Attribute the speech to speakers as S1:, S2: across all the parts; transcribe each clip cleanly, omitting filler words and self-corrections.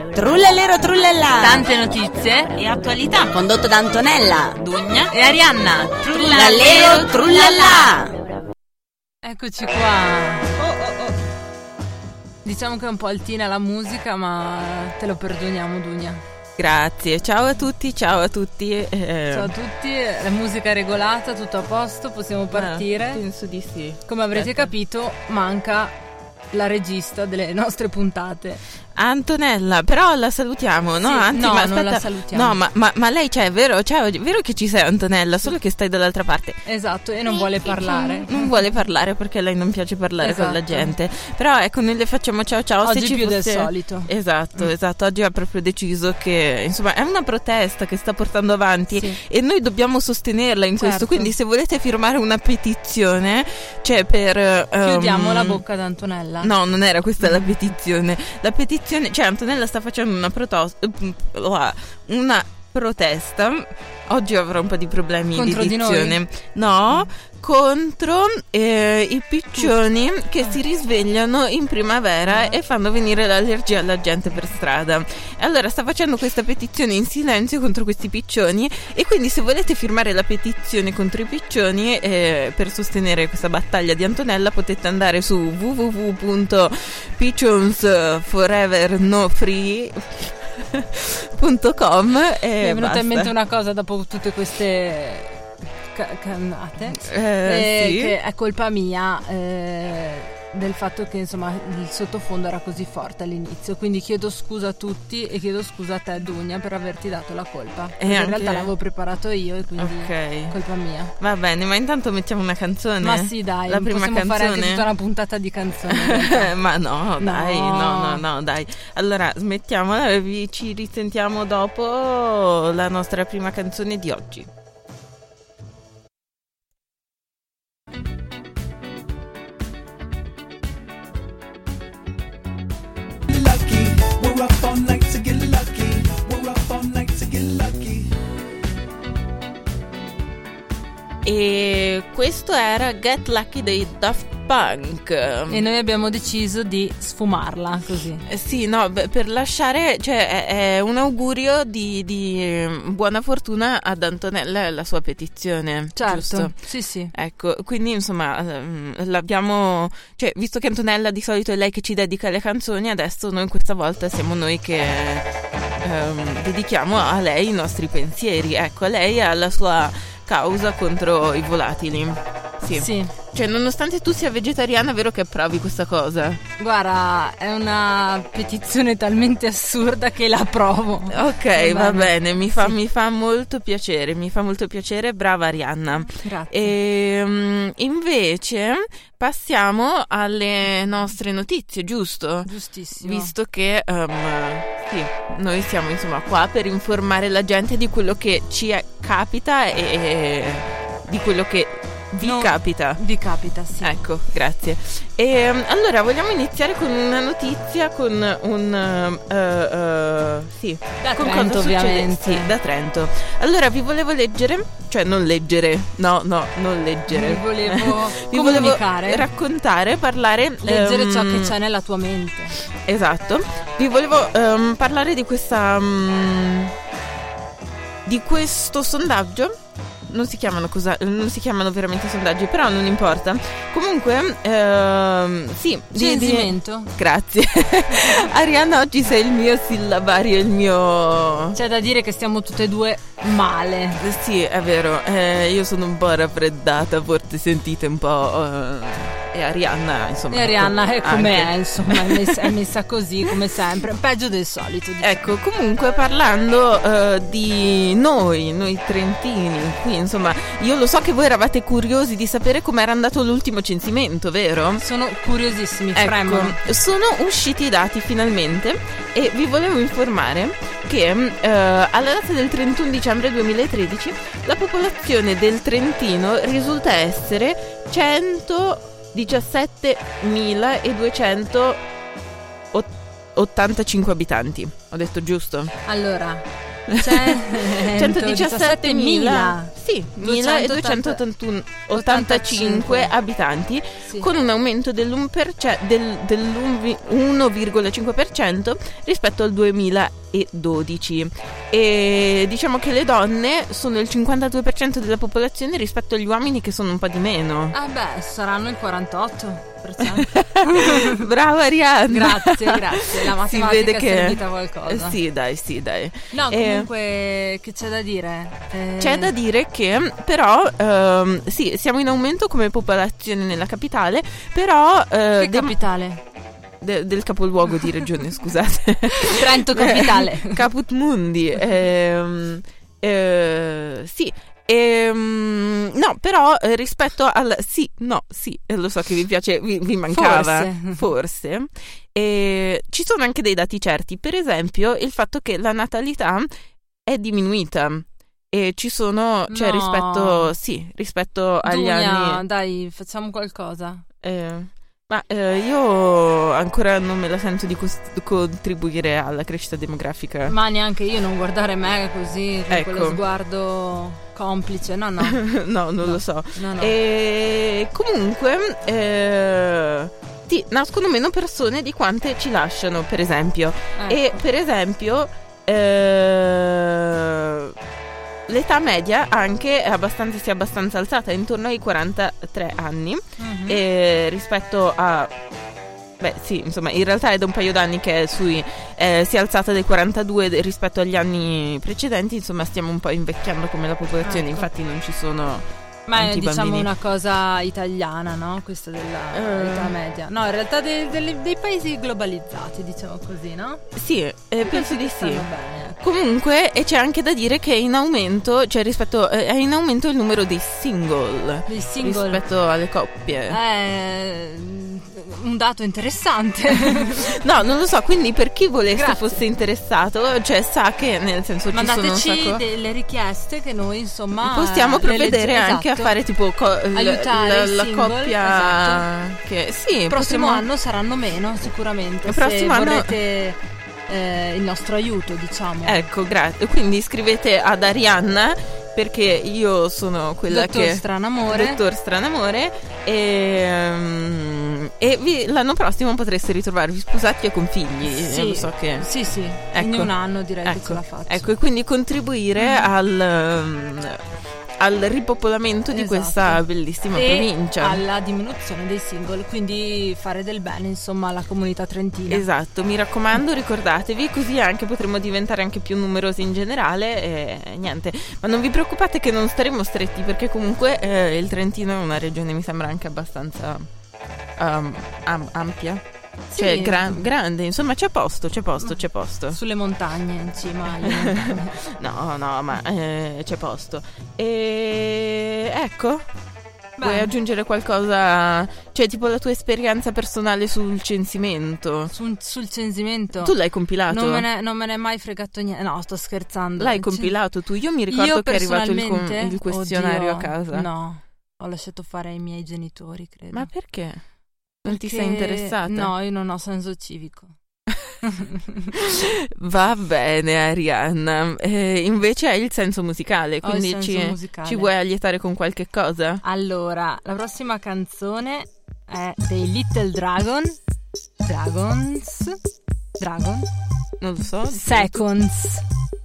S1: Trullallero trullallà.
S2: Tante notizie
S1: e attualità. Condotto da Antonella,
S2: Dugna e Arianna.
S1: Trullallero trullallà.
S2: Eccoci qua. Diciamo che è un po' altina la musica, ma te lo perdoniamo, Dugna.
S3: Grazie, ciao a tutti,
S2: Ciao a tutti, la musica è regolata, tutto a posto, possiamo partire.
S3: Penso di sì.
S2: Come avrete capito, manca la regista delle nostre puntate.
S3: Antonella, però la salutiamo, no?
S2: Sì,
S3: Anzi,
S2: no,
S3: ma aspetta,
S2: non la salutiamo.
S3: No, ma lei c'è, vero? Cioè, è vero che ci sei, Antonella, solo che stai dall'altra parte.
S2: Esatto, e non vuole parlare.
S3: Non vuole parlare perché a lei non piace parlare con la gente. Però ecco, noi le facciamo ciao ciao.
S2: Oggi
S3: se ci
S2: più
S3: fosse...
S2: del solito.
S3: Esatto. Oggi ha proprio deciso che, insomma, è una protesta che sta portando avanti,
S2: sì,
S3: e noi dobbiamo sostenerla in questo.
S2: Certo.
S3: Quindi se volete firmare una petizione, cioè per...
S2: Chiudiamo la bocca ad Antonella.
S3: No, non era questa la petizione. La petizione, cioè Antonella sta facendo una protesta. Oggi avrò un po' di problemi
S2: contro
S3: di dizione. No, contro i piccioni che si risvegliano in primavera e fanno venire l'allergia alla gente per strada. E allora sta facendo questa petizione in silenzio contro questi piccioni, e quindi se volete firmare la petizione contro i piccioni per sostenere questa battaglia di Antonella, potete andare su www.piccionsforevernofree.com.
S2: Mi è venuta in mente una cosa dopo tutte queste cannate,
S3: sì,
S2: che è colpa mia del fatto che insomma il sottofondo era così forte all'inizio, quindi chiedo scusa a tutti e chiedo scusa a te, Dugna, per averti dato la colpa, perché in realtà l'avevo preparato io e quindi colpa mia.
S3: Va bene, ma intanto mettiamo una canzone.
S2: Ma sì, dai,
S3: la prima
S2: possiamo
S3: canzone,
S2: fare anche tutta una puntata di canzoni.
S3: ma no, dai, allora smettiamola, ci risentiamo dopo la nostra prima canzone di oggi.
S4: Up all night to get lucky. We're up all night to get lucky.
S3: E questo era Get Lucky dei Daft Punk.
S2: E noi abbiamo deciso di sfumarla così.
S3: Sì, no, per lasciare, cioè è un augurio di buona fortuna ad Antonella e alla sua petizione.
S2: Certo,
S3: giusto?
S2: Sì.
S3: Ecco, quindi insomma l'abbiamo, cioè visto che Antonella di solito è lei che ci dedica le canzoni, adesso noi questa volta siamo noi che dedichiamo a lei i nostri pensieri, ecco, a lei e alla sua causa contro i volatili. Sì. Cioè, nonostante tu sia vegetariana, è vero che approvi questa cosa?
S2: Guarda, è una petizione talmente assurda che la approvo.
S3: Ok, va bene, mi fa molto piacere, brava Arianna.
S2: Grazie.
S3: E invece passiamo alle nostre notizie, giusto?
S2: Giustissimo.
S3: Visto che sì, noi siamo insomma qua per informare la gente di quello che ci capita e di quello che vi capita, sì. Ecco, grazie. E allora vogliamo iniziare con una notizia, con un sì,
S2: da
S3: con
S2: Trento,
S3: cosa
S2: ovviamente.
S3: Sì, da Trento. Allora vi volevo leggere, cioè non leggere, non leggere.
S2: Vi volevo
S3: vi
S2: comunicare,
S3: volevo raccontare, parlare,
S2: leggere ciò che c'è nella tua mente.
S3: Esatto. Vi volevo parlare di questa di questo sondaggio. Non si chiamano veramente sondaggi, però non importa. Comunque, sì.
S2: Censimento.
S3: Grazie. Arianna, oggi sei il mio sillabario, il mio...
S2: C'è da dire che stiamo tutte e due male.
S3: Sì, è vero. Io sono un po' raffreddata, forse sentite un po'... E Arianna, insomma.
S2: E Arianna è come
S3: anche.
S2: è, insomma, è messa così, come sempre. Peggio del solito. Diciamo.
S3: Ecco, comunque parlando di noi trentini, qui insomma, io lo so che voi eravate curiosi di sapere com'era andato l'ultimo censimento, vero?
S2: Sono curiosissimi,
S3: fremono. Sono usciti i dati finalmente e vi volevo informare che alla data del 31 dicembre 2013 la popolazione del Trentino risulta essere 117.285 abitanti. Ho detto giusto?
S2: Allora,
S3: 117.000 sì, 1.285 abitanti,
S2: Sì.
S3: con un aumento dell'1,5% rispetto al 2012. E diciamo che le donne sono il 52% della popolazione rispetto agli uomini, che sono un po' di meno.
S2: Ah beh, saranno il 48%.
S3: Brava Arianna.
S2: Grazie. La matematica
S3: Si vede
S2: è
S3: che
S2: servita a qualcosa.
S3: Sì, dai.
S2: No, comunque che c'è da dire?
S3: C'è da dire che però sì, siamo in aumento come popolazione nella capitale, però
S2: Che capitale?
S3: del capoluogo di regione, scusate.
S2: Trento capitale.
S3: Caput Mundi. Sì. No, però rispetto al sì, lo so che vi piace, vi mancava forse. Ci sono anche dei dati certi, per esempio il fatto che la natalità è diminuita. E ci sono, cioè
S2: No.
S3: rispetto agli
S2: Dunia,
S3: anni.
S2: dai, facciamo qualcosa.
S3: Ma io ancora non me la sento di contribuire alla crescita demografica.
S2: Ma neanche io, non guardare me così, con
S3: Ecco.
S2: quello sguardo complice. No.
S3: No, non lo so.
S2: No.
S3: E comunque sì, nascono meno persone di quante ci lasciano, per esempio.
S2: Ecco.
S3: E per esempio l'età media anche si è abbastanza alzata, è intorno ai 43 anni.
S2: Mhm.
S3: Rispetto a beh sì, insomma, in realtà è da un paio d'anni che si è alzata dai 42 rispetto agli anni precedenti. Insomma, stiamo un po' invecchiando come la popolazione.
S2: Ecco.
S3: Infatti non ci sono
S2: Ma è
S3: tanti
S2: diciamo
S3: bambini.
S2: una cosa italiana, no? Questa dell'età media. No, in realtà dei paesi globalizzati, diciamo così, no?
S3: Sì, penso di sì.
S2: Stanno bene.
S3: Comunque, e c'è anche da dire che è in aumento, cioè è in aumento il numero dei single
S2: Dei single.
S3: rispetto alle coppie.
S2: Un dato interessante.
S3: No, non lo so, quindi per chi volesse
S2: Grazie.
S3: fosse interessato, cioè sa che nel senso ci sono un
S2: Mandateci
S3: sacco.
S2: delle richieste che noi insomma
S3: Possiamo provvedere anche a
S2: esatto.
S3: fare tipo
S2: Aiutare i
S3: la
S2: single,
S3: coppia che sì,
S2: Il prossimo
S3: potremmo-
S2: anno saranno meno sicuramente.
S3: Il
S2: Se
S3: prossimo anno-
S2: vorrete il nostro aiuto, diciamo.
S3: Ecco, grazie. Quindi scrivete ad Arianna, perché io sono quella
S2: Dottor
S3: che
S2: Stranamore.
S3: Dottor Stranamore, e l'anno prossimo potreste ritrovarvi sposati e con figli.
S2: Sì.
S3: Lo so che
S2: Sì, in
S3: Ecco.
S2: un anno direi che ce la faccio.
S3: Ecco, e quindi contribuire al ripopolamento di
S2: Esatto.
S3: questa bellissima
S2: e
S3: provincia.
S2: alla diminuzione dei single, quindi fare del bene insomma alla comunità trentina.
S3: Esatto, mi raccomando, ricordatevi, così anche potremo diventare anche più numerosi in generale. E niente, ma non vi preoccupate che non staremo stretti, perché comunque il Trentino è una regione, mi sembra, anche abbastanza ampia.
S2: Sì.
S3: Cioè grande, insomma c'è posto.
S2: Sulle montagne, in cima alle montagne.
S3: No, ma c'è posto. E ecco, vuoi
S2: Beh,
S3: aggiungere qualcosa? Cioè tipo la tua esperienza personale sul censimento.
S2: sul censimento.
S3: Tu l'hai compilato?
S2: Non me ne è mai fregato niente. No, sto scherzando.
S3: L'hai compilato tu? Io mi ricordo che è arrivato
S2: personalmente,
S3: il questionario
S2: oddio,
S3: a casa.
S2: No, ho lasciato fare ai miei genitori, credo.
S3: Ma perché? Non ti sei
S2: Perché-
S3: interessata?
S2: No, io non ho senso civico.
S3: Va bene, Arianna. Invece hai il senso musicale,
S2: Ho il
S3: quindi
S2: senso musicale.
S3: ci vuoi allietare con qualche cosa?
S2: Allora, la prossima canzone è dei Little Dragon. Dragon?
S3: Non lo so.
S2: Seconds.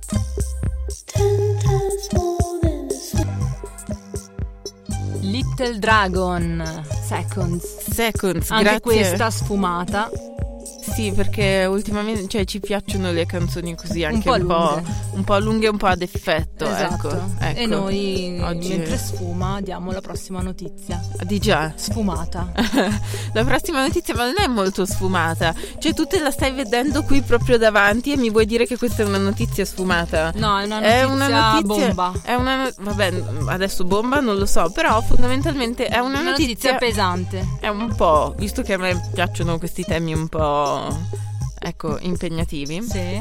S2: Little Dragon Seconds.
S3: Seconds,
S2: Anche
S3: grazie.
S2: questa sfumata.
S3: Sì, perché ultimamente, cioè, ci piacciono le canzoni così anche
S2: po'
S3: un po' lunghe e un po' ad effetto.
S2: Esatto.
S3: Ecco.
S2: E noi
S3: Oggi
S2: mentre sfuma diamo la prossima notizia.
S3: di già.
S2: Sfumata.
S3: La prossima notizia, ma non è molto sfumata. Cioè, tu te la stai vedendo qui proprio davanti e mi vuoi dire che questa è una notizia sfumata?
S2: No, è una notizia bomba.
S3: Vabbè, adesso bomba non lo so, però fondamentalmente è una notizia
S2: pesante.
S3: È un po', visto che a me piacciono questi temi un po', ecco, impegnativi.
S2: Sì.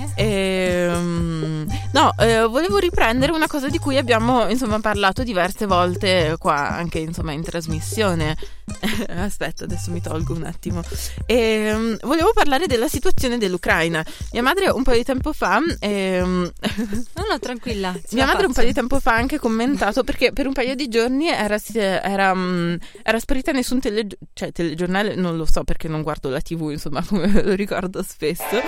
S3: Volevo riprendere una cosa di cui abbiamo insomma parlato diverse volte qua, anche insomma in trasmissione. Aspetta, adesso mi tolgo un attimo. Volevo parlare della situazione dell'Ucraina. Mia madre un po' di tempo fa
S2: No, tranquilla.
S3: mia madre un po' di tempo fa ha anche commentato, perché per un paio di giorni era sparita nessun telegiornale, non lo so perché non guardo la TV, insomma, come lo ricordo spesso.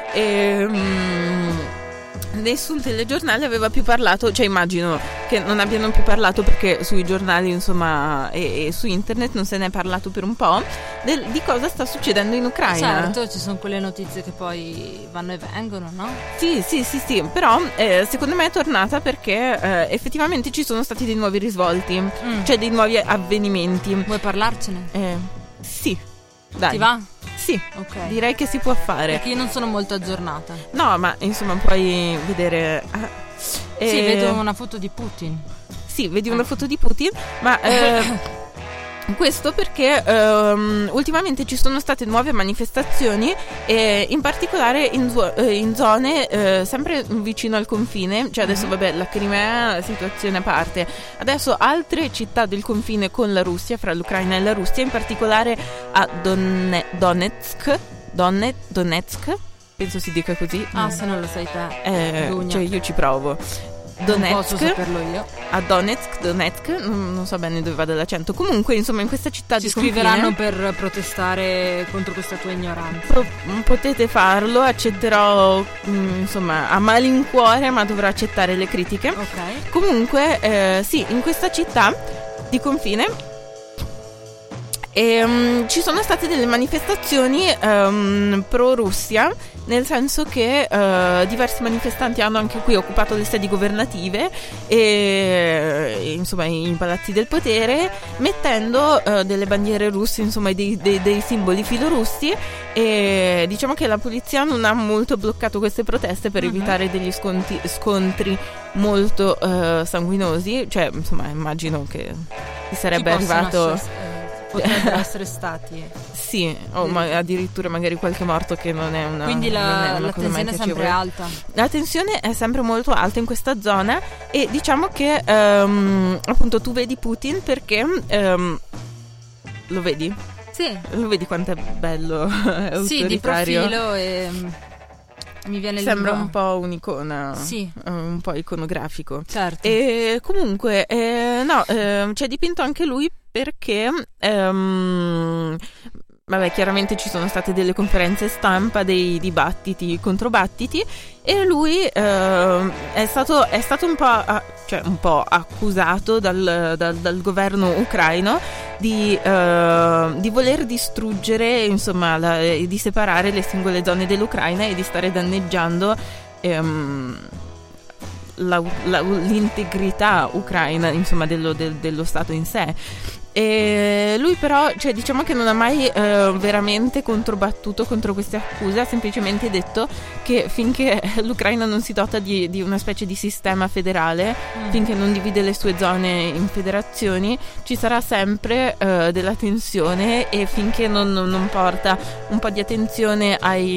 S3: Nessun telegiornale aveva più parlato, cioè immagino che non abbiano più parlato perché sui giornali, insomma, e su internet non se ne è parlato per un po' di cosa sta succedendo in Ucraina.
S2: Certo, ci sono quelle notizie che poi vanno e vengono, no?
S3: Sì, però secondo me è tornata perché effettivamente ci sono stati dei nuovi risvolti, cioè dei nuovi avvenimenti.
S2: Vuoi parlarcene?
S3: Sì, dai.
S2: Ti va?
S3: Sì,
S2: Ok.
S3: direi che si può fare.
S2: Perché io non sono molto aggiornata.
S3: No, ma insomma puoi vedere.
S2: Sì, vedo una foto di Putin.
S3: Sì, vedi una foto di Putin, ma questo perché ultimamente ci sono state nuove manifestazioni, in particolare in zone sempre vicino al confine, cioè adesso vabbè la Crimea situazione a parte, adesso altre città del confine con la Russia, fra l'Ucraina e la Russia, in particolare a Donetsk, penso si dica così.
S2: Ah, se non lo sai te.
S3: Cioè io ci provo.
S2: Non posso saperlo io.
S3: A Donetsk, non so bene dove vada l'accento. Comunque, insomma, in questa città
S2: ci scriveranno per protestare contro questa tua ignoranza.
S3: Potete farlo, accetterò, insomma, a malincuore, ma dovrò accettare le critiche.
S2: Ok.
S3: Comunque, sì, in questa città di confine ci sono state delle manifestazioni pro Russia, nel senso che diversi manifestanti hanno anche qui occupato le sedi governative e insomma i palazzi del potere, mettendo delle bandiere russe, insomma dei simboli filorussi, e diciamo che la polizia non ha molto bloccato queste proteste per evitare degli scontri molto sanguinosi, cioè insomma immagino che si sarebbe arrivato.
S2: Potrebbero essere stati.
S3: Sì, ma addirittura magari qualche morto, che non è una.
S2: Quindi la tensione è sempre alta.
S3: La tensione è sempre molto alta in questa zona, e diciamo che appunto tu vedi Putin perché lo vedi?
S2: Sì.
S3: Lo vedi quanto è bello, è autoritario.
S2: Sì, di profilo, e mi viene
S3: sembra un po' un'icona,
S2: sì,
S3: un po' iconografico.
S2: Certo.
S3: E comunque c'è dipinto anche lui perché vabbè, chiaramente ci sono state delle conferenze stampa, dei dibattiti, controbattiti, e lui è stato un po' accusato dal governo ucraino di voler distruggere, insomma, di separare le singole zone dell'Ucraina e di stare danneggiando l'integrità ucraina, insomma, dello Stato in sé. E lui però, cioè, diciamo che non ha mai veramente controbattuto contro queste accuse, ha semplicemente detto che finché l'Ucraina non si dota di una specie di sistema federale, finché non divide le sue zone in federazioni, ci sarà sempre della tensione, e finché non porta un po' di attenzione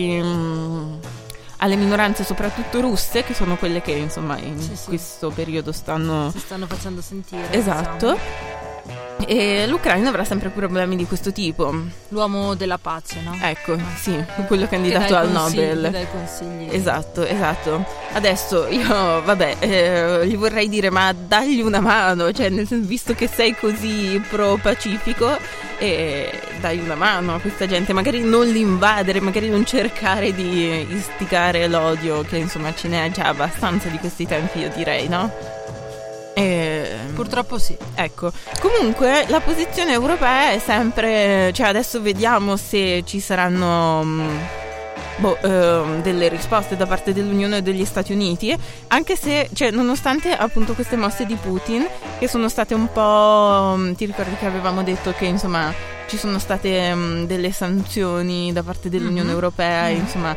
S3: alle minoranze, soprattutto russe, che sono quelle che insomma in questo periodo si stanno
S2: facendo sentire.
S3: Esatto.
S2: Diciamo.
S3: E l'Ucraina avrà sempre problemi di questo tipo.
S2: L'uomo della pace, no?
S3: Ecco, sì, quello candidato al Nobel.
S2: Dai consigli.
S3: Esatto. Adesso io, vabbè, gli vorrei dire, ma dagli una mano, cioè, nel senso, visto che sei così pro pacifico, dai una mano a questa gente, magari non l'invadere, magari non cercare di istigare l'odio, che insomma ce n'è già abbastanza di questi tempi, io direi, no?
S2: Purtroppo sì.
S3: Ecco, comunque la posizione europea è sempre, cioè adesso vediamo se ci saranno delle risposte da parte dell'Unione e degli Stati Uniti, anche se, cioè, nonostante appunto queste mosse di Putin, che sono state un po', ti ricordi che avevamo detto che insomma ci sono state delle sanzioni da parte dell'Unione Europea, insomma,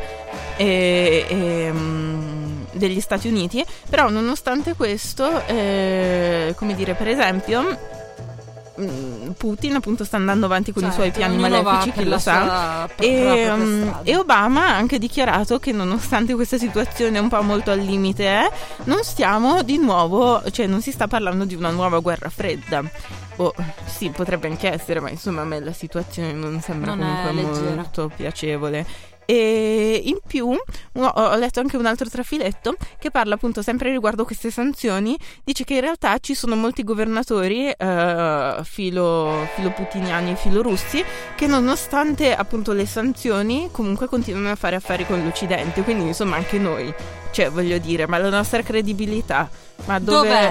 S3: degli Stati Uniti, però nonostante questo, come dire, per esempio Putin appunto sta andando avanti con i suoi piani
S2: ognuno
S3: malefici,
S2: va
S3: chi
S2: per
S3: lo
S2: la
S3: sa.
S2: sua propria strada.
S3: E Obama ha anche dichiarato che nonostante questa situazione un po' molto al limite non stiamo di nuovo, cioè non si sta parlando di una nuova guerra fredda. Sì, potrebbe anche essere, ma insomma a me la situazione non sembra comunque molto piacevole. E in più ho letto anche un altro trafiletto che parla appunto sempre riguardo queste sanzioni. Dice che in realtà ci sono molti governatori filo putiniani e filo russi che nonostante appunto le sanzioni comunque continuano a fare affari con l'Occidente, quindi insomma anche noi, cioè voglio dire, ma la nostra credibilità, ma dov'è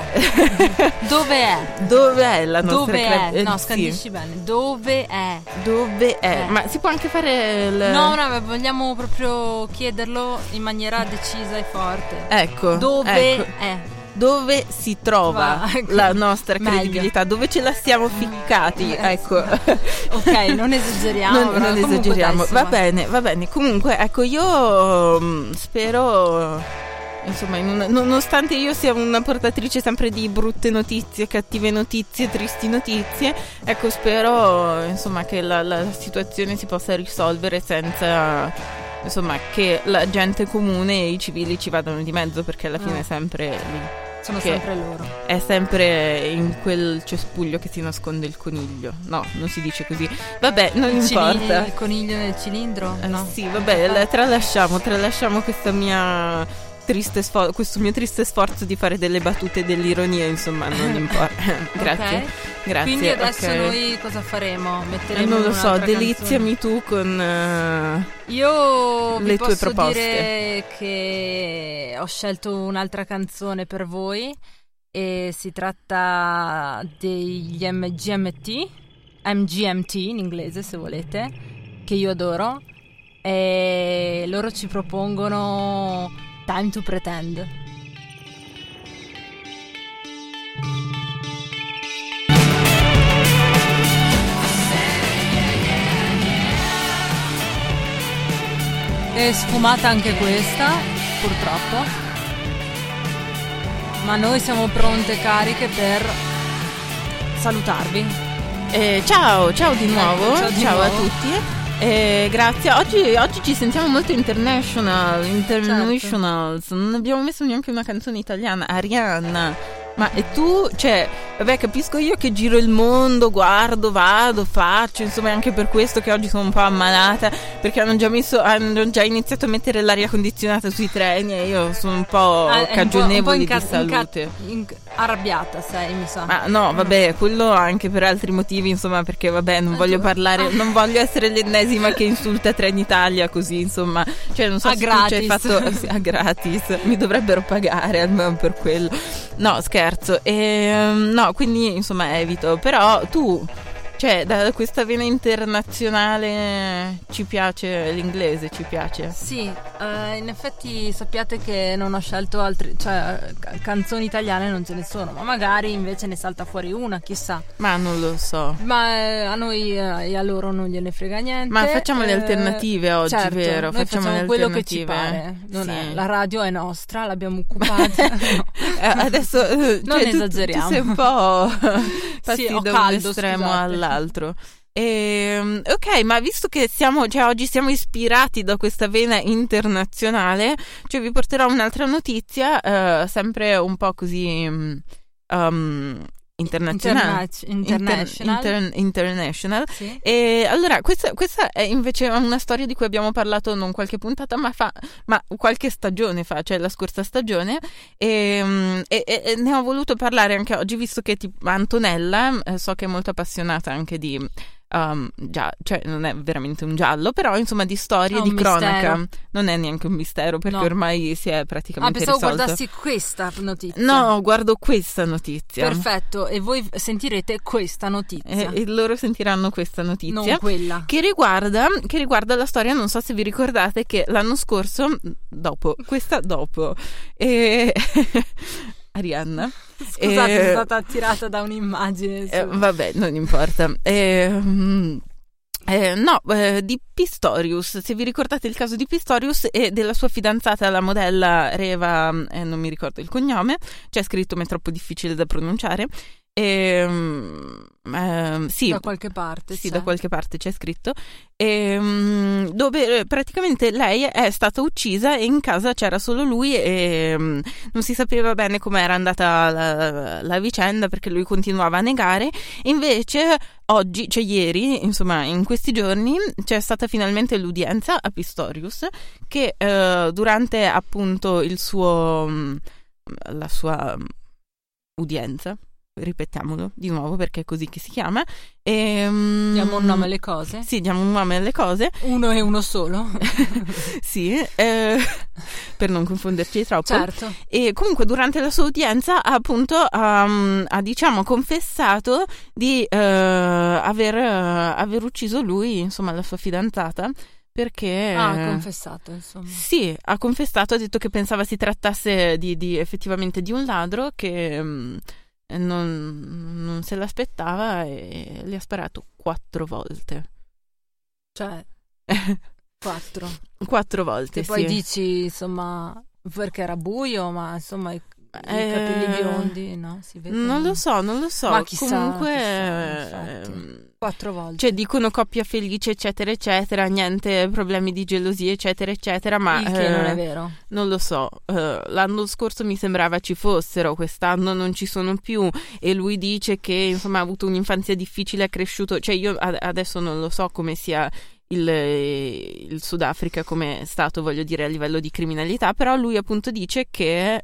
S3: la nostra credibilità?
S2: No, scandisci bene. Dove è?
S3: Ma si può anche fare
S2: No, vogliamo proprio chiederlo in maniera decisa e forte.
S3: Ecco.
S2: Dove è?
S3: Dove si trova la nostra credibilità?
S2: Meglio.
S3: Dove ce la siamo ficcati? Ecco.
S2: Ok, non esageriamo.
S3: Non esageriamo. Va bene. Comunque, ecco, io spero. Insomma, nonostante io sia una portatrice sempre di brutte notizie, cattive notizie, tristi notizie, ecco, spero insomma che la situazione si possa risolvere senza insomma che la gente comune e i civili ci vadano di mezzo, perché alla fine è sempre lì.
S2: Sono sempre loro.
S3: È sempre in quel cespuglio che si nasconde il coniglio. No, non si dice così. Vabbè, non importa.
S2: Il coniglio nel cilindro? No.
S3: Sì, vabbè, tralasciamo questa mia questo mio triste sforzo di fare delle battute e dell'ironia, insomma, non importa. Grazie.
S2: Quindi adesso noi cosa faremo? Metteremo
S3: non lo so,
S2: un'altra
S3: deliziami tu con
S2: io
S3: le
S2: vi
S3: tue
S2: posso
S3: proposte.
S2: dire che ho scelto un'altra canzone per voi e si tratta degli MGMT in inglese se volete, che io adoro, e loro ci propongono Time to Pretend. È sfumata anche questa, purtroppo, ma noi siamo pronte, cariche per salutarvi.
S3: Ciao di nuovo, ciao a
S2: nuovo.
S3: tutti. Grazie, oggi ci sentiamo molto international.
S2: Certo.
S3: Non abbiamo messo neanche una canzone italiana. Arianna, ma e tu, cioè, vabbè, capisco io che giro il mondo, guardo, vado, faccio, insomma, è anche per questo che oggi sono un po' ammalata, perché hanno già iniziato a mettere l'aria condizionata sui treni e io sono un po' cagionevole di salute.
S2: Arrabbiata sei, mi sa.
S3: Ma no, vabbè, quello anche per altri motivi, insomma, perché vabbè, non voglio parlare, non voglio essere l'ennesima che insulta Trenitalia così, insomma, cioè non so se tu ci hai fatto a gratis, mi dovrebbero pagare almeno per quello. No, scherzo. No, quindi insomma evito, però tu, cioè, da questa vena internazionale ci piace l'inglese, ci piace?
S2: Sì, in effetti sappiate che non ho scelto altri, cioè canzoni italiane non ce ne sono, ma magari invece ne salta fuori una, chissà.
S3: Ma non lo so.
S2: Ma a noi e a loro non gliene frega niente.
S3: Ma facciamo le alternative oggi,
S2: certo,
S3: vero?
S2: Noi facciamo quello che ci pare. La radio è nostra, l'abbiamo occupata. No.
S3: Adesso
S2: non esageriamo.
S3: Tu sei un po' passi
S2: ho
S3: da
S2: caldo,
S3: un estremo
S2: scusate.
S3: all'altro. Ok, ma visto che oggi siamo ispirati da questa vena internazionale, cioè vi porterò un'altra notizia, sempre un po' così internazionale. International.
S2: Sì.
S3: E allora questa è invece una storia di cui abbiamo parlato non qualche puntata ma qualche stagione fa, cioè la scorsa stagione, e ne ho voluto parlare anche oggi, visto che Antonella so che è molto appassionata anche di cioè non è veramente un giallo, però insomma di storie, di cronaca.
S2: Mistero.
S3: Non è neanche un mistero, perché ormai si è praticamente
S2: pensavo
S3: risolto.
S2: guardassi questa notizia.
S3: No, guardo questa notizia.
S2: Perfetto, e voi sentirete questa notizia.
S3: E loro sentiranno questa notizia.
S2: Non quella.
S3: Che riguarda la storia, non so se vi ricordate che l'anno scorso, dopo Arianna.
S2: Scusate, sono stata attirata da un'immagine.
S3: Vabbè, non importa. Di Pistorius, se vi ricordate il caso di Pistorius e della sua fidanzata, la modella Reva, non mi ricordo il cognome, c'è scritto ma è troppo difficile da pronunciare, Sì,
S2: da qualche parte.
S3: sì,
S2: c'è.
S3: da qualche parte c'è scritto, dove praticamente lei è stata uccisa e in casa c'era solo lui e non si sapeva bene com'era andata la vicenda, perché lui continuava a negare. Invece oggi, cioè ieri, insomma in questi giorni, c'è stata finalmente l'udienza a Pistorius, che durante appunto la sua udienza, ripetiamolo di nuovo perché è così che si chiama,
S2: Diamo un nome alle cose?
S3: Sì, diamo un nome alle cose.
S2: Uno e uno solo?
S3: Sì, per non confonderci troppo.
S2: Certo.
S3: E comunque durante la sua udienza appunto ha diciamo confessato di aver ucciso lui, insomma la sua fidanzata, perché
S2: Ha confessato, insomma.
S3: sì, ha confessato, ha detto che pensava si trattasse di effettivamente di un ladro, che non se l'aspettava e gli ha sparato 4 volte.
S2: Cioè, 4.
S3: 4 volte,
S2: Che poi
S3: sì.
S2: dici, insomma, perché era buio, ma insomma i capelli biondi, no? Si vede.
S3: Non lo so.
S2: Ma chissà,
S3: Comunque,
S2: infatti. 4 volte.
S3: cioè dicono coppia felice, eccetera, eccetera, niente problemi di gelosia, eccetera, eccetera, ma
S2: Il che non è vero.
S3: non lo so. L'anno scorso mi sembrava ci fossero, quest'anno non ci sono più, e lui dice che insomma ha avuto un'infanzia difficile, è cresciuto, cioè io adesso non lo so come sia il Sudafrica, come è stato, voglio dire, a livello di criminalità, però lui appunto dice che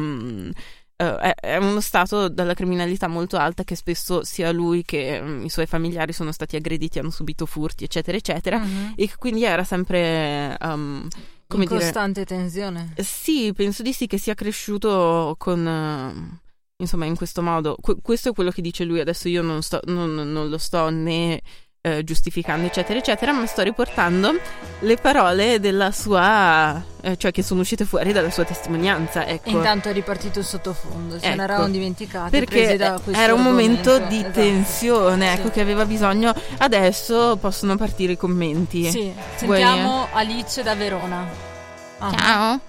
S3: è uno stato dalla criminalità molto alta, che spesso sia lui che i suoi familiari sono stati aggrediti, hanno subito furti, eccetera, eccetera, e quindi era sempre come
S2: in
S3: dire,
S2: costante tensione.
S3: sì, penso di sì, che sia cresciuto con insomma in questo modo. Questo è quello che dice lui. Adesso io non lo sto né giustificando, eccetera, eccetera, ma sto riportando le parole della sua, cioè che sono uscite fuori dalla sua testimonianza. Ecco.
S2: E intanto è ripartito il sottofondo, se ne
S3: Ecco.
S2: eravamo dimenticati,
S3: Perché
S2: presi da questo
S3: era un momento
S2: argomento.
S3: di
S2: Esatto.
S3: tensione, ecco,
S2: Sì.
S3: che aveva bisogno. Adesso possono partire i commenti.
S2: Sì,
S3: Vuoi-
S2: sentiamo Alice da Verona. Ah.
S3: Ciao.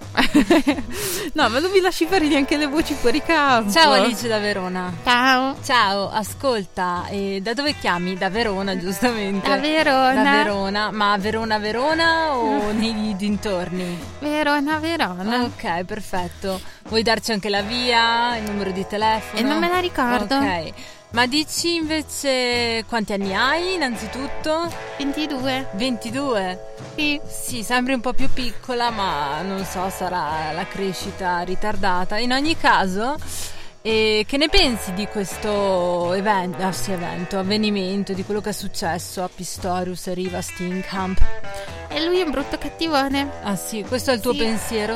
S3: No, ma non mi lasci fare neanche le voci fuori campo.
S2: Ciao Alice da Verona.
S3: Ciao.
S2: Ciao, ascolta, da dove chiami? Da Verona, giustamente.
S3: Da Verona.
S2: Da Verona, ma Verona o nei dintorni?
S3: Verona.
S2: Ok, perfetto. Vuoi darci anche la via, il numero di telefono?
S3: E non me la ricordo.
S2: Ok, ma dici invece quanti anni hai innanzitutto?
S3: 22.
S2: 22?
S3: Sì.
S2: Sì, sembri un po' più piccola, ma non so, sarà la crescita ritardata. In ogni caso, che ne pensi di questo avvenimento, di quello che è successo a Pistorius e Riva Stinkamp?
S3: E lui è un brutto cattivone.
S2: Ah sì, questo è il tuo
S3: Sì.
S2: pensiero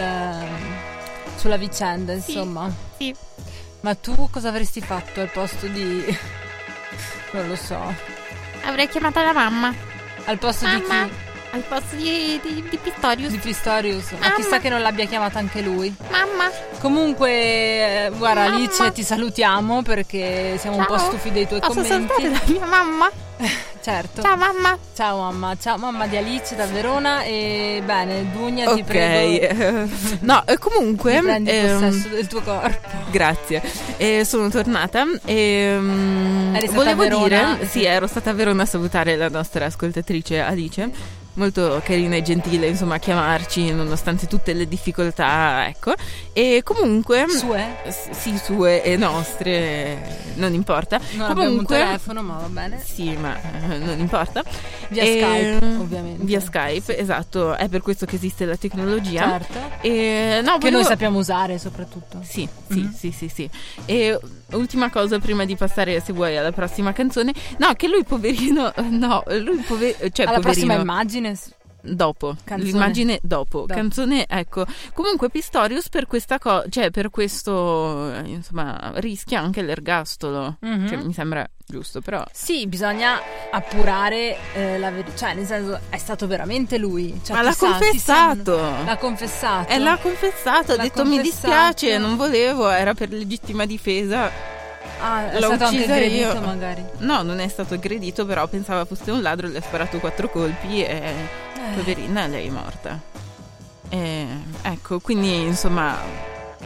S2: sulla vicenda, insomma.
S3: Sì.
S2: Ma tu cosa avresti fatto al posto di... non lo so.
S3: Avrei chiamato la mamma.
S2: Al posto
S3: Mamma.
S2: di chi?
S3: Al posto di Pistorius.
S2: Di Pistorius. Ma
S3: Mamma.
S2: chissà che non l'abbia chiamata anche lui.
S3: Mamma.
S2: Comunque, guarda
S3: Mamma.
S2: Alice, ti salutiamo perché siamo un po'
S3: Ciao.
S2: stufi dei tuoi
S3: Posso
S2: commenti.
S3: salutare la mia mamma?
S2: Certo.
S3: Ciao mamma.
S2: Ciao mamma di Alice da Verona. E bene, Dunia, ti prego.
S3: Ok. No, comunque
S2: Ti prendi possesso del tuo corpo.
S3: grazie. Sono tornata e
S2: Eri stata
S3: volevo
S2: a Verona?
S3: dire, sì, ero stata a Verona a salutare la nostra ascoltatrice Alice. Molto carina e gentile, insomma, a chiamarci nonostante tutte le difficoltà, ecco. E comunque
S2: Sue?
S3: sì, sue e nostre, non importa.
S2: Non abbiamo un telefono, ma va bene.
S3: Sì, ma non importa.
S2: Via
S3: E-
S2: Skype, ovviamente.
S3: Via Skype, esatto, è per questo che esiste la tecnologia.
S2: Certo.
S3: E, no,
S2: Che noi sappiamo usare soprattutto.
S3: Sì.
S2: Mhm.
S3: Sì. E ultima cosa prima di passare, se vuoi, alla prossima canzone. No, che lui poverino, no, lui cioè
S2: Alla
S3: poverino.
S2: prossima immagine.
S3: Dopo,
S2: Canzone.
S3: l'immagine dopo.
S2: Dopo.
S3: Canzone, ecco. Comunque Pistorius per questa cosa, cioè per questo, insomma, rischia anche l'ergastolo.
S2: Mhm.
S3: Cioè, mi sembra giusto, però.
S2: Sì, bisogna appurare la verità. Cioè, nel senso, è stato veramente lui. Cioè,
S3: Ma l'ha
S2: chissà,
S3: confessato.
S2: L'ha confessato.
S3: L'ha confessato, ha
S2: L'ha
S3: detto mi
S2: confessato.
S3: dispiace, non volevo, era per legittima difesa.
S2: Ah, è
S3: L'ho
S2: stato anche
S3: uccisa
S2: aggredito,
S3: io.
S2: magari.
S3: No, non è stato aggredito, però pensava fosse un ladro, gli ha sparato 4 colpi e poverina, lei è morta. Ecco, quindi insomma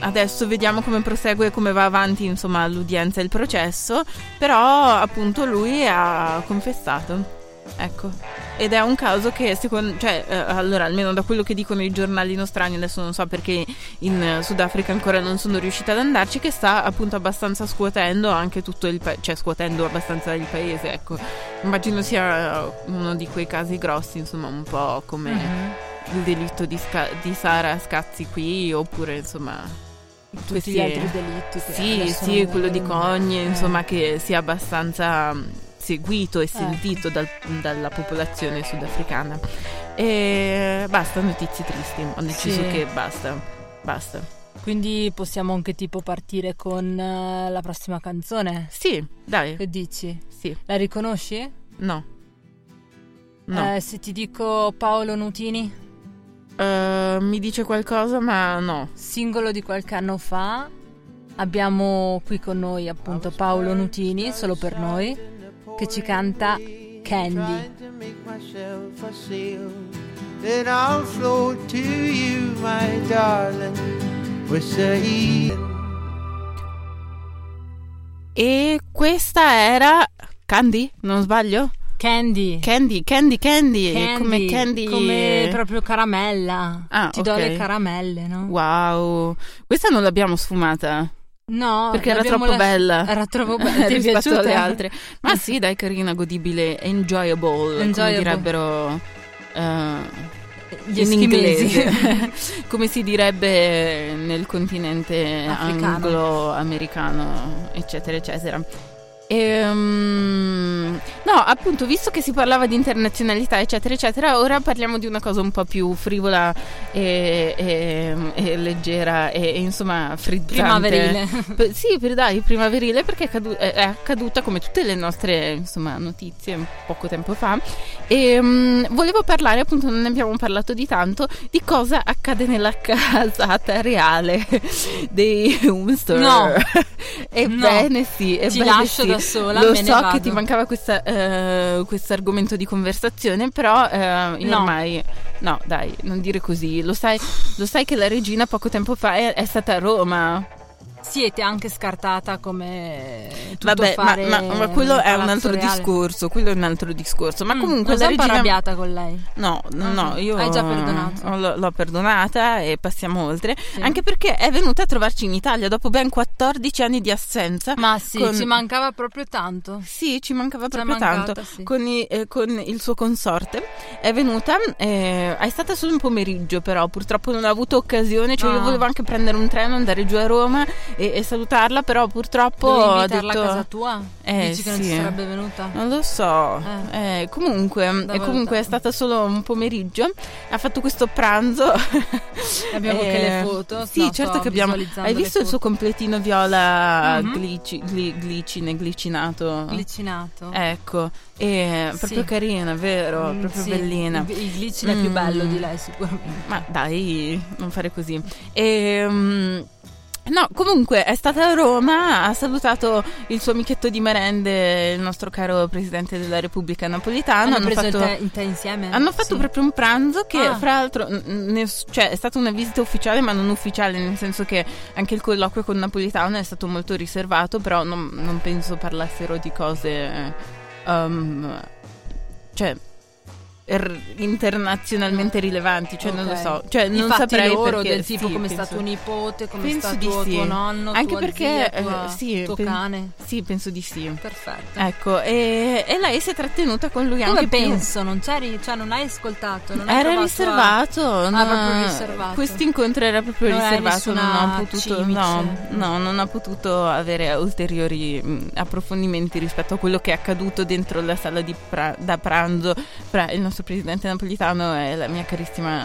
S3: adesso vediamo come prosegue, come va avanti, insomma, l'udienza e il processo, però appunto lui ha confessato. Ecco, ed è un caso che allora, almeno da quello che dicono i giornali nostrani, adesso non so perché in Sudafrica ancora non sono riuscita ad andarci, che sta appunto abbastanza scuotendo anche tutto il scuotendo abbastanza il paese, ecco. Immagino sia uno di quei casi grossi, insomma, un po' come il delitto di Sara Scazzi qui, oppure insomma
S2: tutti gli altri delitti
S3: sì, quello di Cogne, insomma, che sia abbastanza seguito e sentito dalla popolazione sudafricana. E basta notizie tristi, ho deciso che basta.
S2: Quindi possiamo anche tipo partire con la prossima canzone?
S3: Sì, dai.
S2: Che dici?
S3: Sì.
S2: La riconosci?
S3: No.
S2: Se ti dico Paolo Nutini?
S3: Mi dice qualcosa, ma no.
S2: Singolo di qualche anno fa. Abbiamo qui con noi appunto Paolo Nutini, solo per noi, che ci canta Candy.
S5: Then I'll float to you, my darling, with the
S3: E questa era Candy, non sbaglio?
S2: Candy.
S3: Come candy,
S2: come proprio caramella. Ti do le caramelle, no?
S3: Wow, questa non l'abbiamo sfumata.
S2: No,
S3: perché era troppo bella.
S2: Era troppo bella
S3: rispetto alle altre. Ma sì, dai, carina, godibile, enjoyable. Come direbbero
S2: gli
S3: in
S2: eschimesi.
S3: inglese. Come si direbbe nel continente anglo-americano, eccetera, eccetera. No, appunto, visto che si parlava di internazionalità, eccetera, eccetera, ora parliamo di una cosa un po' più frivola e leggera e insomma frizzante.
S2: Primaverile.
S3: Sì, dai, primaverile, perché è accaduta come tutte le nostre, insomma, notizie poco tempo fa. E volevo parlare, appunto, non ne abbiamo parlato di tanto, di cosa accade nella casata reale dei Windsor.
S2: No.
S3: Ebbene sì,
S2: ti lascio da sola,
S3: lo
S2: me ne
S3: so
S2: vado.
S3: che ti mancava questo argomento di conversazione, però io ormai no, dai, non dire così. Lo sai che la regina poco tempo fa è stata a Roma.
S2: Siete anche scartata come
S3: vabbè, ma quello è un altro discorso. Quello è un altro discorso. Ma comunque
S2: non
S3: la regina
S2: arrabbiata con lei.
S3: No, io
S2: hai già perdonato.
S3: L'ho perdonata e passiamo oltre. Sì. Anche perché è venuta a trovarci in Italia dopo ben 14 anni di assenza.
S2: Ma sì, ci mancava proprio tanto.
S3: Sì, ci mancava proprio tanto. Sì. Con il suo consorte è venuta. È stata solo un pomeriggio, però purtroppo non ha avuto occasione. Cioè, io volevo anche prendere un treno, andare giù a Roma e salutarla, però purtroppo
S2: ho detto a casa tua? Dici che non ci sarebbe venuta?
S3: Non lo so. Comunque è stata solo un pomeriggio. Ha fatto questo pranzo.
S2: Abbiamo anche le foto.
S3: Sì, certo che abbiamo. Hai visto il suo completino viola glicinato?
S2: Glicinato.
S3: Ecco. Proprio carina, vero? Proprio bellina.
S2: Il glicine è più bello di lei sicuramente.
S3: Ma dai, non fare così. No, comunque è stata a Roma, ha salutato il suo amichetto di merende, il nostro caro presidente della Repubblica Napolitano.
S2: Hanno preso il tè insieme?
S3: Hanno fatto proprio un pranzo che fra l'altro è stata una visita ufficiale ma non ufficiale, nel senso che anche il colloquio con Napolitano è stato molto riservato, però non penso parlassero di cose internazionalmente rilevanti, cioè non lo so, cioè non saprei
S2: loro
S3: perché,
S2: del tipo come è stato tuo nipote, come è stato tuo nonno,
S3: anche perché
S2: tuo cane.
S3: Sì, penso di sì.
S2: Perfetto.
S3: Ecco, e lei si è trattenuta con lui
S2: come
S3: anche
S2: penso, non c'eri, cioè non hai ascoltato, non
S3: era riservato,
S2: proprio riservato.
S3: Questo incontro era proprio riservato, non ho potuto avere ulteriori approfondimenti rispetto a quello che è accaduto dentro la sala da pranzo fra il nostro presidente Napolitano e la mia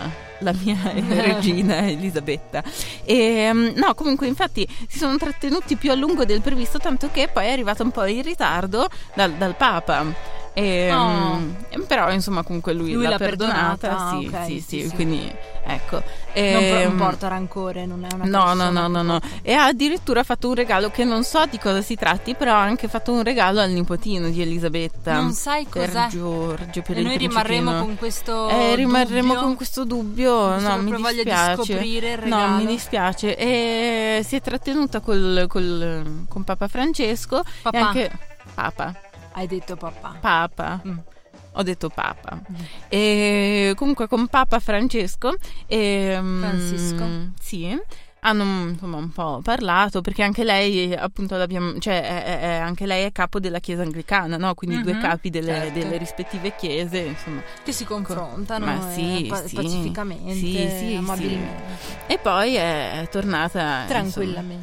S3: regina Elisabetta. No, comunque infatti si sono trattenuti più a lungo del previsto, tanto che poi è arrivato un po' in ritardo dal Papa. Però insomma comunque lui l'ha perdonata. Sì,
S2: ok,
S3: sì, quindi ecco.
S2: Non porta rancore, non è una persona.
S3: No. E ha addirittura fatto un regalo che non so di cosa si tratti, però ha anche fatto un regalo al nipotino di Elisabetta.
S2: Non sai cos'è?
S3: Per Giorgio, per
S2: e
S3: il
S2: noi
S3: principino.
S2: rimarremo con questo
S3: rimarremo
S2: dubbio?
S3: con questo dubbio. No, mi
S2: voglia
S3: dispiace.
S2: di scoprire il regalo.
S3: No, mi dispiace. E si è trattenuta con Papa Francesco.
S2: Papà.
S3: E anche Papa.
S2: Hai detto papà.
S3: Papa. Ho detto Papa. E comunque con Papa Francesco
S2: Francisco.
S3: sì, hanno insomma un po' parlato, perché anche lei appunto anche lei è capo della Chiesa anglicana, no? Quindi due capi delle rispettive chiese, insomma,
S2: che si confrontano pacificamente,
S3: sì,
S2: amabilmente.
S3: E poi è tornata
S2: tranquillamente.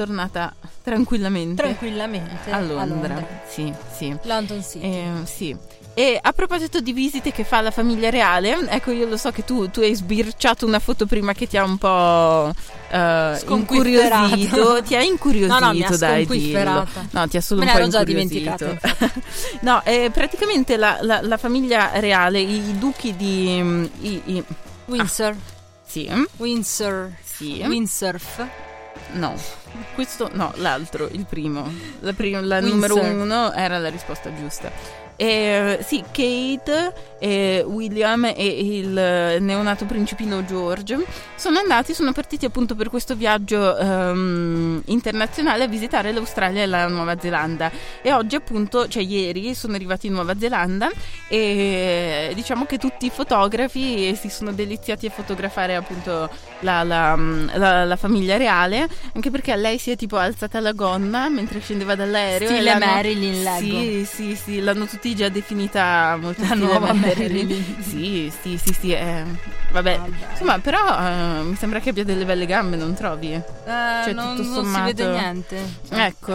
S2: Tranquillamente
S3: a Londra. Sì.
S2: London City.
S3: Sì. E a proposito di visite che fa la famiglia reale, ecco, io lo so che tu hai sbirciato una foto prima che ti ha un po' incuriosito. Ti ha incuriosito,
S2: no, mi ha
S3: dai, dillo. No, ti ha solo un po' incuriosito. No, praticamente la famiglia reale, i duchi di
S2: Windsor.
S3: Sì.
S2: Windsor.
S3: Sì.
S2: Windsurf.
S3: No, questo no, l'altro, il primo. La numero 1 era la risposta giusta. Sì, Kate, William e il neonato principino George sono partiti appunto per questo viaggio internazionale a visitare l'Australia e la Nuova Zelanda, e oggi appunto, cioè ieri, sono arrivati in Nuova Zelanda e diciamo che tutti i fotografi si sono deliziati a fotografare appunto la famiglia reale, anche perché lei si è tipo alzata la gonna mentre scendeva dall'aereo.
S2: Stile Marilyn, leggo.
S3: Sì, l'hanno tutti già definita molto
S2: la nuova Marilyn.
S3: Sì, vabbè. Insomma, però mi sembra che abbia delle belle gambe, non trovi? Cioè,
S2: non
S3: tutto sommato,
S2: si vede niente.
S3: Ecco.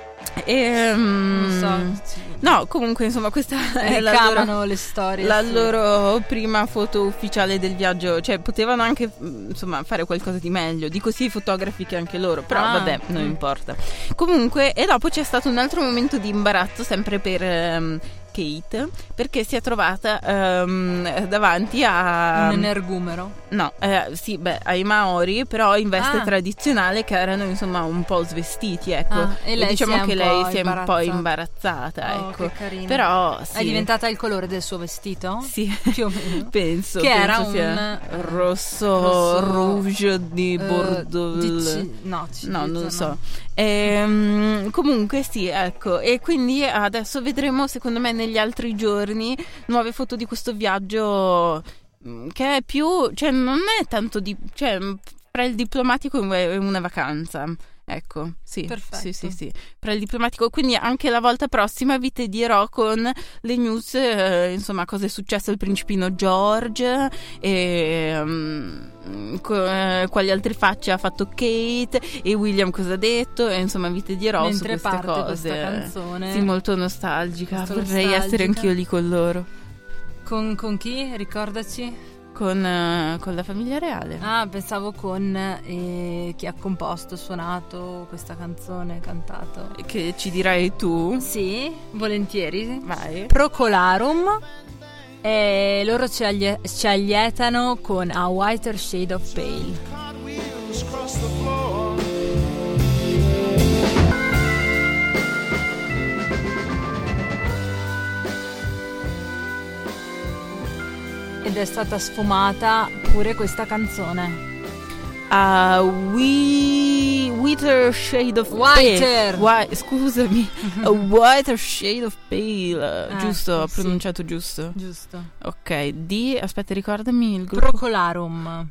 S2: Non so.
S3: No, comunque insomma questa è
S2: le storie.
S3: La loro prima foto ufficiale del viaggio, cioè potevano anche insomma fare qualcosa di meglio, dico sia i fotografi che anche loro, però vabbè, non importa. Comunque, e dopo c'è stato un altro momento di imbarazzo sempre per Kate, perché si è trovata davanti a
S2: un energumero.
S3: No, sì, ai Maori, però in veste tradizionale, che erano insomma un po' svestiti, ecco.
S2: E lei
S3: diciamo che lei si è
S2: un
S3: po' imbarazzata, ecco.
S2: Che carino.
S3: Però sì.
S2: È diventata il colore del suo vestito?
S3: Sì,
S2: più o meno.
S3: penso
S2: era
S3: sia rosso rouge di Bordeaux.
S2: No,
S3: non lo so. Comunque sì, ecco. E quindi adesso vedremo, secondo me, negli altri giorni nuove foto di questo viaggio, che è più, cioè non è tanto cioè fra il diplomatico e una vacanza. Ecco, sì.
S2: Perfetto.
S3: Sì. Per il diplomatico, quindi anche la volta prossima vi tedierò con le news, insomma, cosa è successo al principino George e quali altre facce ha fatto Kate e William cosa ha detto, e insomma vi tedierò
S2: mentre
S3: su queste
S2: parte
S3: cose.
S2: Questa canzone.
S3: Sì, molto nostalgica. Vorrei essere anch'io lì con loro.
S2: Con chi? Ricordaci.
S3: Con la famiglia reale.
S2: Pensavo con chi ha composto, suonato questa canzone, cantato.
S3: Che ci dirai tu?
S2: Sì, volentieri.
S3: Vai.
S2: Procolarum. E loro ci allietano con A Whiter Shade of Pale. Ed è stata sfumata pure questa canzone.
S3: A Whiter Shade of Pale. Scusami. A Whiter Shade of Pale. Giusto, ho pronunciato giusto.
S2: Giusto.
S3: Ok, aspetta, ricordami il gruppo.
S2: Procolarum.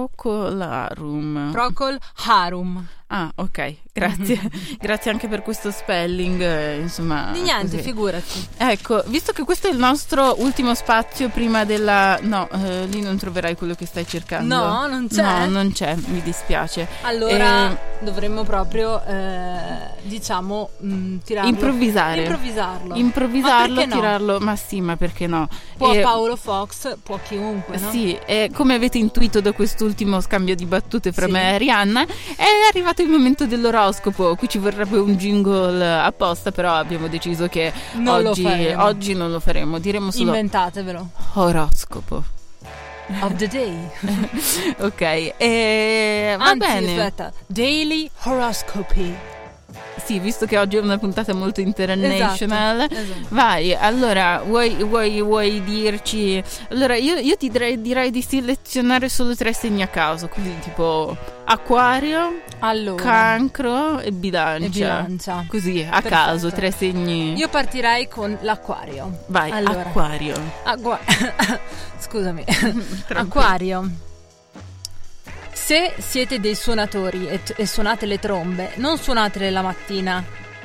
S2: Procolarum.
S3: Ah, ok, grazie. Grazie anche per questo spelling, insomma.
S2: Di niente,
S3: così.
S2: Figurati.
S3: Ecco, visto che questo è il nostro ultimo spazio prima della... No, lì non troverai quello che stai cercando.
S2: No, non c'è.
S3: No, non c'è, mi dispiace.
S2: Allora dovremmo proprio, diciamo, improvvisarlo.
S3: Improvvisarlo,
S2: no?
S3: Tirarlo, ma sì, ma perché no?
S2: Può Paolo Fox, può chiunque, no?
S3: Sì, come avete intuito da quest'ultimo scambio di battute fra me e Arianna, è arrivato arrivato il momento dell'oroscopo. Qui ci vorrebbe un jingle apposta, però abbiamo deciso che oggi non lo faremo. Diremo solo
S2: inventatevelo.
S3: Oroscopo
S2: Of the day.
S3: ok, va
S2: Anzi,
S3: bene.
S2: aspetta, Daily Horoscope.
S3: Sì, visto che oggi è una puntata molto international,
S2: esatto.
S3: Vai, allora, vuoi dirci... Allora, io ti direi di selezionare solo 3 segni a caso, così tipo Acquario,
S2: Allora,
S3: Cancro e Bilancia.
S2: e Bilancia.
S3: Così, a
S2: Perfetto.
S3: caso, 3 segni.
S2: Io partirei con l'Acquario.
S3: Vai,
S2: Allora.
S3: Acquario.
S2: Scusami. Acquario. Se siete dei suonatori e suonate le trombe, non suonatele la mattina.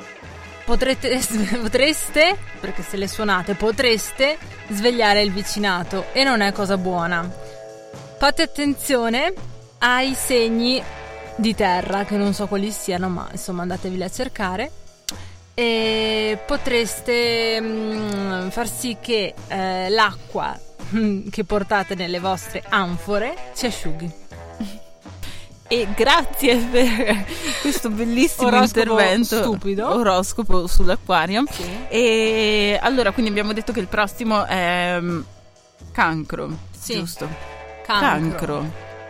S2: Potreste, perché se le suonate, potreste svegliare il vicinato e non è cosa buona. Fate attenzione ai segni di terra, che non so quali siano, ma insomma andateveli a cercare. E potreste far sì che l'acqua che portate nelle vostre anfore si asciughi.
S3: E grazie per questo bellissimo
S2: Oroscopo
S3: intervento
S2: stupido.
S3: Oroscopo sull'Acquario.
S2: Sì.
S3: E allora, quindi abbiamo detto che il prossimo è Cancro,
S2: Sì.
S3: giusto?
S2: Cancro.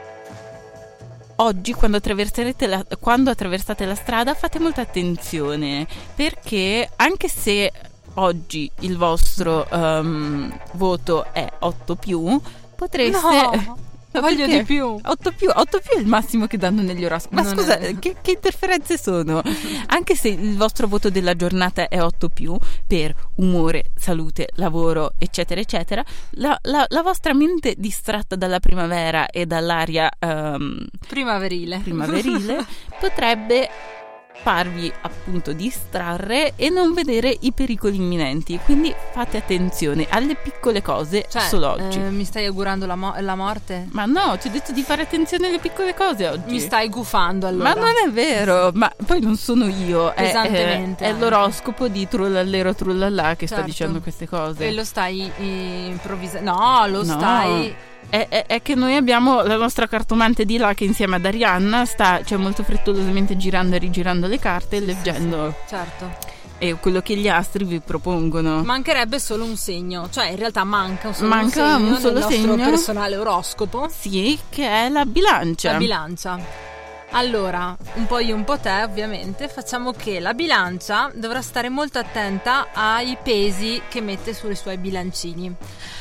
S3: Oggi quando attraversate la strada fate molta attenzione, perché anche se oggi il vostro voto è 8+, potreste...
S2: No, voglio
S3: Perché?
S2: di più.
S3: 8+ è il massimo che danno negli oroscopi. Ma
S2: Non
S3: scusa,
S2: è-
S3: che interferenze sono? Anche se il vostro voto della giornata è 8+, per umore, salute, lavoro, eccetera, eccetera, la vostra mente distratta dalla primavera e dall'aria
S2: Primaverile.
S3: potrebbe farvi appunto distrarre e non vedere i pericoli imminenti. Quindi fate attenzione alle piccole cose,
S2: Cioè,
S3: solo oggi.
S2: mi stai augurando la morte?
S3: Ma no, ti ho detto di fare attenzione alle piccole cose oggi.
S2: Mi stai gufando allora.
S3: Ma non è vero, ma poi non sono io,
S2: Pesantemente
S3: è
S2: anche.
S3: l'oroscopo di Trullallero Trullallà che sta
S2: Certo.
S3: dicendo queste cose.
S2: E lo stai improvvisando. No, lo
S3: No.
S2: stai.
S3: È che noi abbiamo la nostra cartomante di là che insieme ad Arianna sta molto frettolosamente girando e rigirando le carte e leggendo
S2: Certo.
S3: quello che gli astri vi propongono.
S2: Mancherebbe solo un segno. Cioè, in realtà manca un solo
S3: Manca
S2: segno
S3: un solo
S2: nel nostro
S3: segno.
S2: personale oroscopo.
S3: Sì, che è la bilancia.
S2: La bilancia. Allora, un po' io, un po' te, ovviamente. Facciamo che la bilancia dovrà stare molto attenta ai pesi che mette sui suoi bilancini.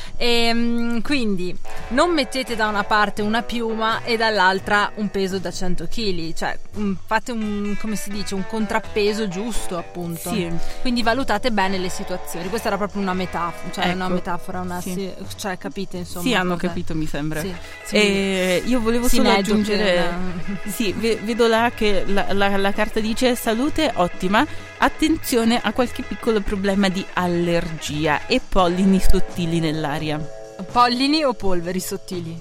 S2: Quindi non mettete da una parte una piuma e dall'altra un peso da 100 kg, cioè fate come si dice, un contrappeso giusto, appunto.
S3: Sì.
S2: Quindi valutate bene le situazioni. Questa era proprio una metafora, cioè
S3: Ecco.
S2: una metafora,
S3: Sì.
S2: cioè capite insomma.
S3: Sì, hanno
S2: cos'è.
S3: capito, mi sembra.
S2: Sì.
S3: Io volevo
S2: Sì,
S3: solo
S2: Neggio,
S3: aggiungere.
S2: che-
S3: Sì, vedo là che la carta dice salute ottima, attenzione a qualche piccolo problema di allergia e pollini sottili nell'aria.
S2: Pollini o polveri sottili?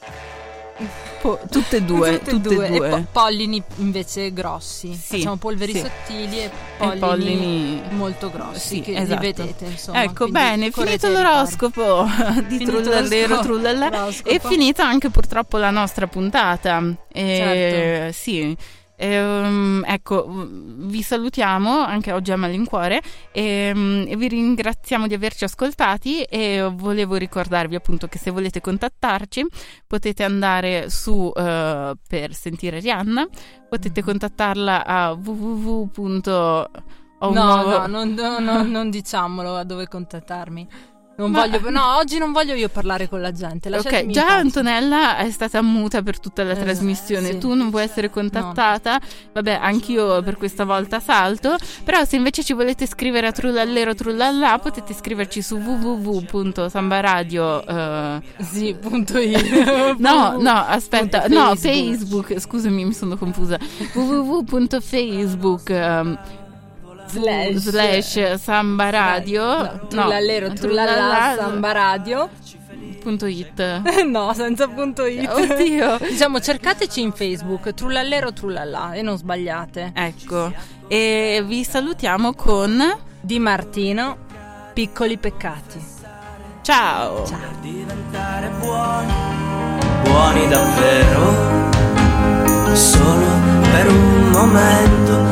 S3: Tutte e due.
S2: E pollini invece grossi.
S3: Sì,
S2: Facciamo polveri
S3: sì.
S2: sottili e
S3: E pollini
S2: molto grossi,
S3: sì,
S2: che
S3: esatto.
S2: li vedete insomma.
S3: Ecco,
S2: quindi
S3: bene,
S2: correte
S3: finito
S2: ai ripari.
S3: l'oroscopo di
S2: Finito
S3: Trullallero Trullallà
S2: l'oroscopo.
S3: e finita anche purtroppo la nostra puntata.
S2: Certo.
S3: Sì. Ecco, vi salutiamo anche oggi a malincuore e vi ringraziamo di averci ascoltati e volevo ricordarvi appunto che se volete contattarci potete andare su per sentire Rihanna, potete contattarla a
S2: Non diciamolo a dove contattarmi. Oggi non voglio io parlare con la gente.
S3: Ok,
S2: lasciatemi
S3: già
S2: in pace.
S3: Antonella è stata muta per tutta la
S2: Esatto,
S3: trasmissione,
S2: sì.
S3: tu non vuoi essere contattata, vabbè anch'io per questa volta salto, però se invece ci volete scrivere a Trullallero Trullallà potete scriverci su www.sambaradio
S2: Sì, punto io.
S3: No, aspetta,
S2: Punto
S3: no,
S2: Facebook.
S3: Facebook, scusami mi sono confusa, www.facebook slash Samba Radio,
S2: Trullallero Trullallà Samba Radio.
S3: .it.
S2: No, senza punto it.
S3: Oddio.
S2: Diciamo, cercateci in Facebook Trullallero Trullallà e non sbagliate.
S3: Ecco, e vi salutiamo con
S2: Di Martino, Piccoli Peccati.
S3: ciao.
S6: Per diventare buoni davvero, solo per un momento